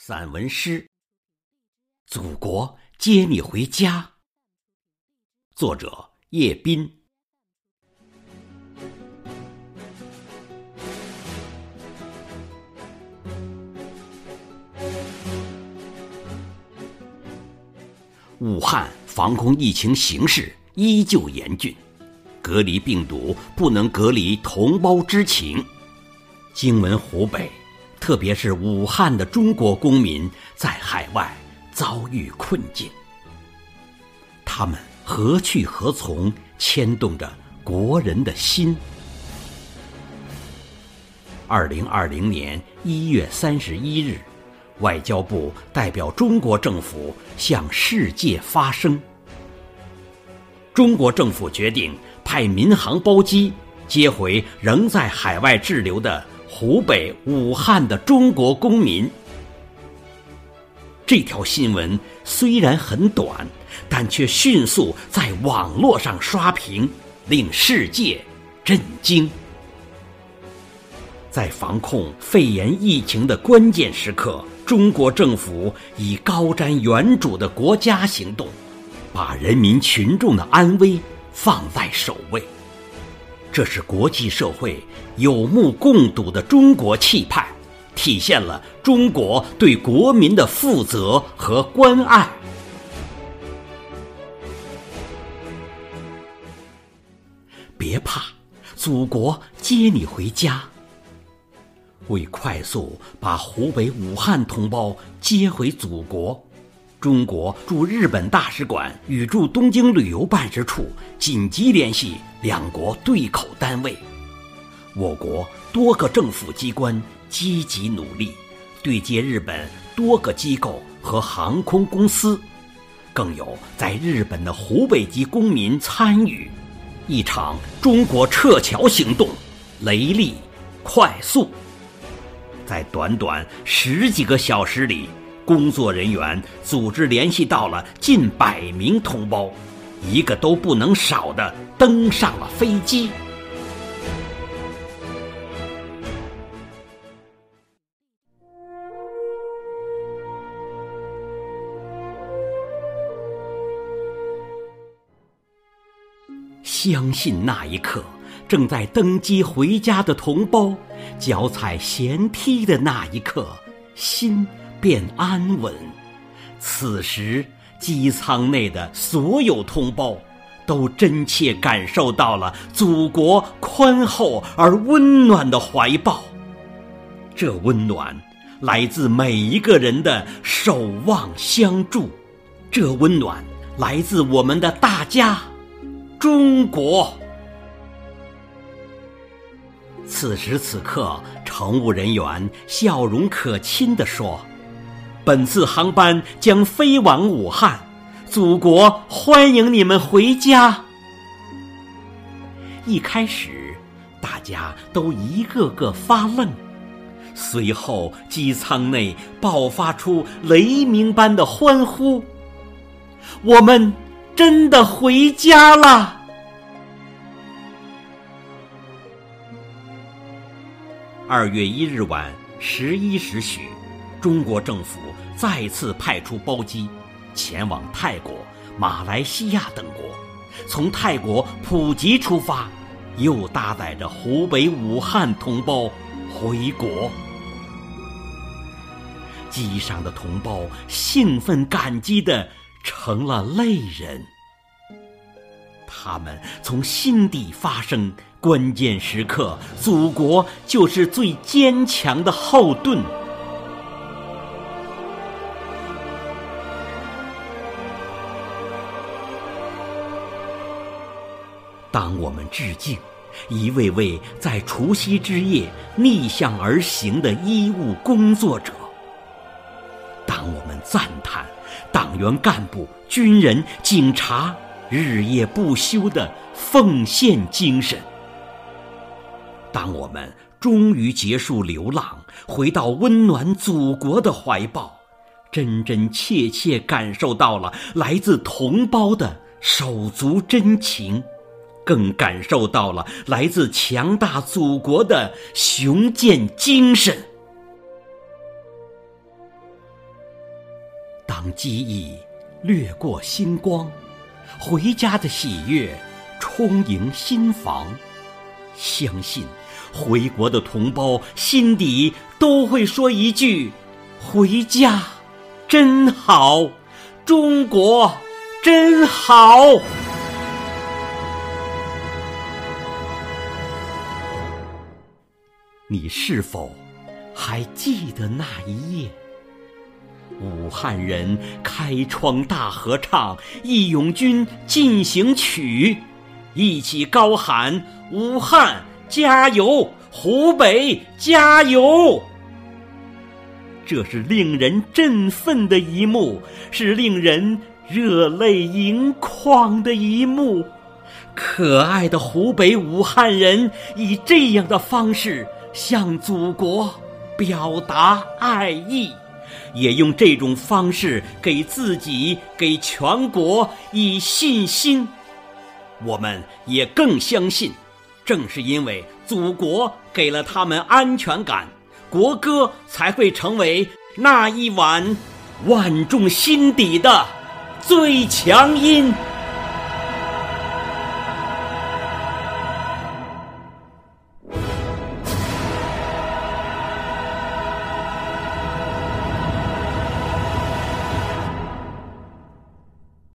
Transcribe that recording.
散文诗《祖国接你回家》，作者叶斌。武汉防控疫情形势依旧严峻，隔离病毒不能隔离同胞之情。惊闻湖北，特别是武汉的中国公民在海外遭遇困境，他们何去何从，牵动着国人的心。2020年1月31日，外交部代表中国政府向世界发声。中国政府决定派民航包机接回仍在海外滞留的湖北武汉的中国公民。这条新闻虽然很短，但却迅速在网络上刷屏，令世界震惊。在防控肺炎疫情的关键时刻，中国政府以高瞻远瞩的国家行动，把人民群众的安危放在首位。这是国际社会有目共睹的中国气派，体现了中国对国民的负责和关爱。别怕，祖国接你回家。为快速把湖北武汉同胞接回祖国，中国驻日本大使馆与驻东京旅游办事处紧急联系两国对口单位，我国多个政府机关积极努力，对接日本多个机构和航空公司，更有在日本的湖北籍公民参与。一场中国撤侨行动雷厉快速，在短短10几个小时里，工作人员组织联系到了近100名同胞，一个都不能少的登上了飞机。相信那一刻，正在登机回家的同胞，脚踩舷梯的那一刻，心便安稳。此时，机舱内的所有同胞都真切感受到了祖国宽厚而温暖的怀抱。这温暖来自每一个人的守望相助，这温暖来自我们的大家中国。此时此刻，乘务人员笑容可亲地说：“本次航班将飞往武汉，祖国欢迎你们回家。”一开始，大家都一个个发愣，随后机舱内爆发出雷鸣般的欢呼：“我们真的回家了！” 2月1日晚11时许，中国政府再次派出包机前往泰国、马来西亚等国，从泰国普吉出发，又搭载着湖北武汉同胞回国。机上的同胞兴奋感激地成了泪人，他们从心底发声，关键时刻，祖国就是最坚强的后盾。当我们致敬一位位在除夕之夜逆向而行的医务工作者，当我们赞叹党员干部、军人、警察日夜不休的奉献精神，当我们终于结束流浪，回到温暖祖国的怀抱，真真切切感受到了来自同胞的手足真情，更感受到了来自强大祖国的雄健精神。 让机翼掠过星光，回家的喜悦充盈心房。相信回国的同胞心底都会说一句：回家真好，中国真好。你是否还记得那一夜，武汉人开窗大合唱《义勇军进行曲》，一起高喊武汉加油，湖北加油。这是令人振奋的一幕，是令人热泪盈眶的一幕。可爱的湖北武汉人以这样的方式向祖国表达爱意，也用这种方式给自己、给全国以信心。我们也更相信，正是因为祖国给了他们安全感，国歌才会成为那一晚万众心底的最强音。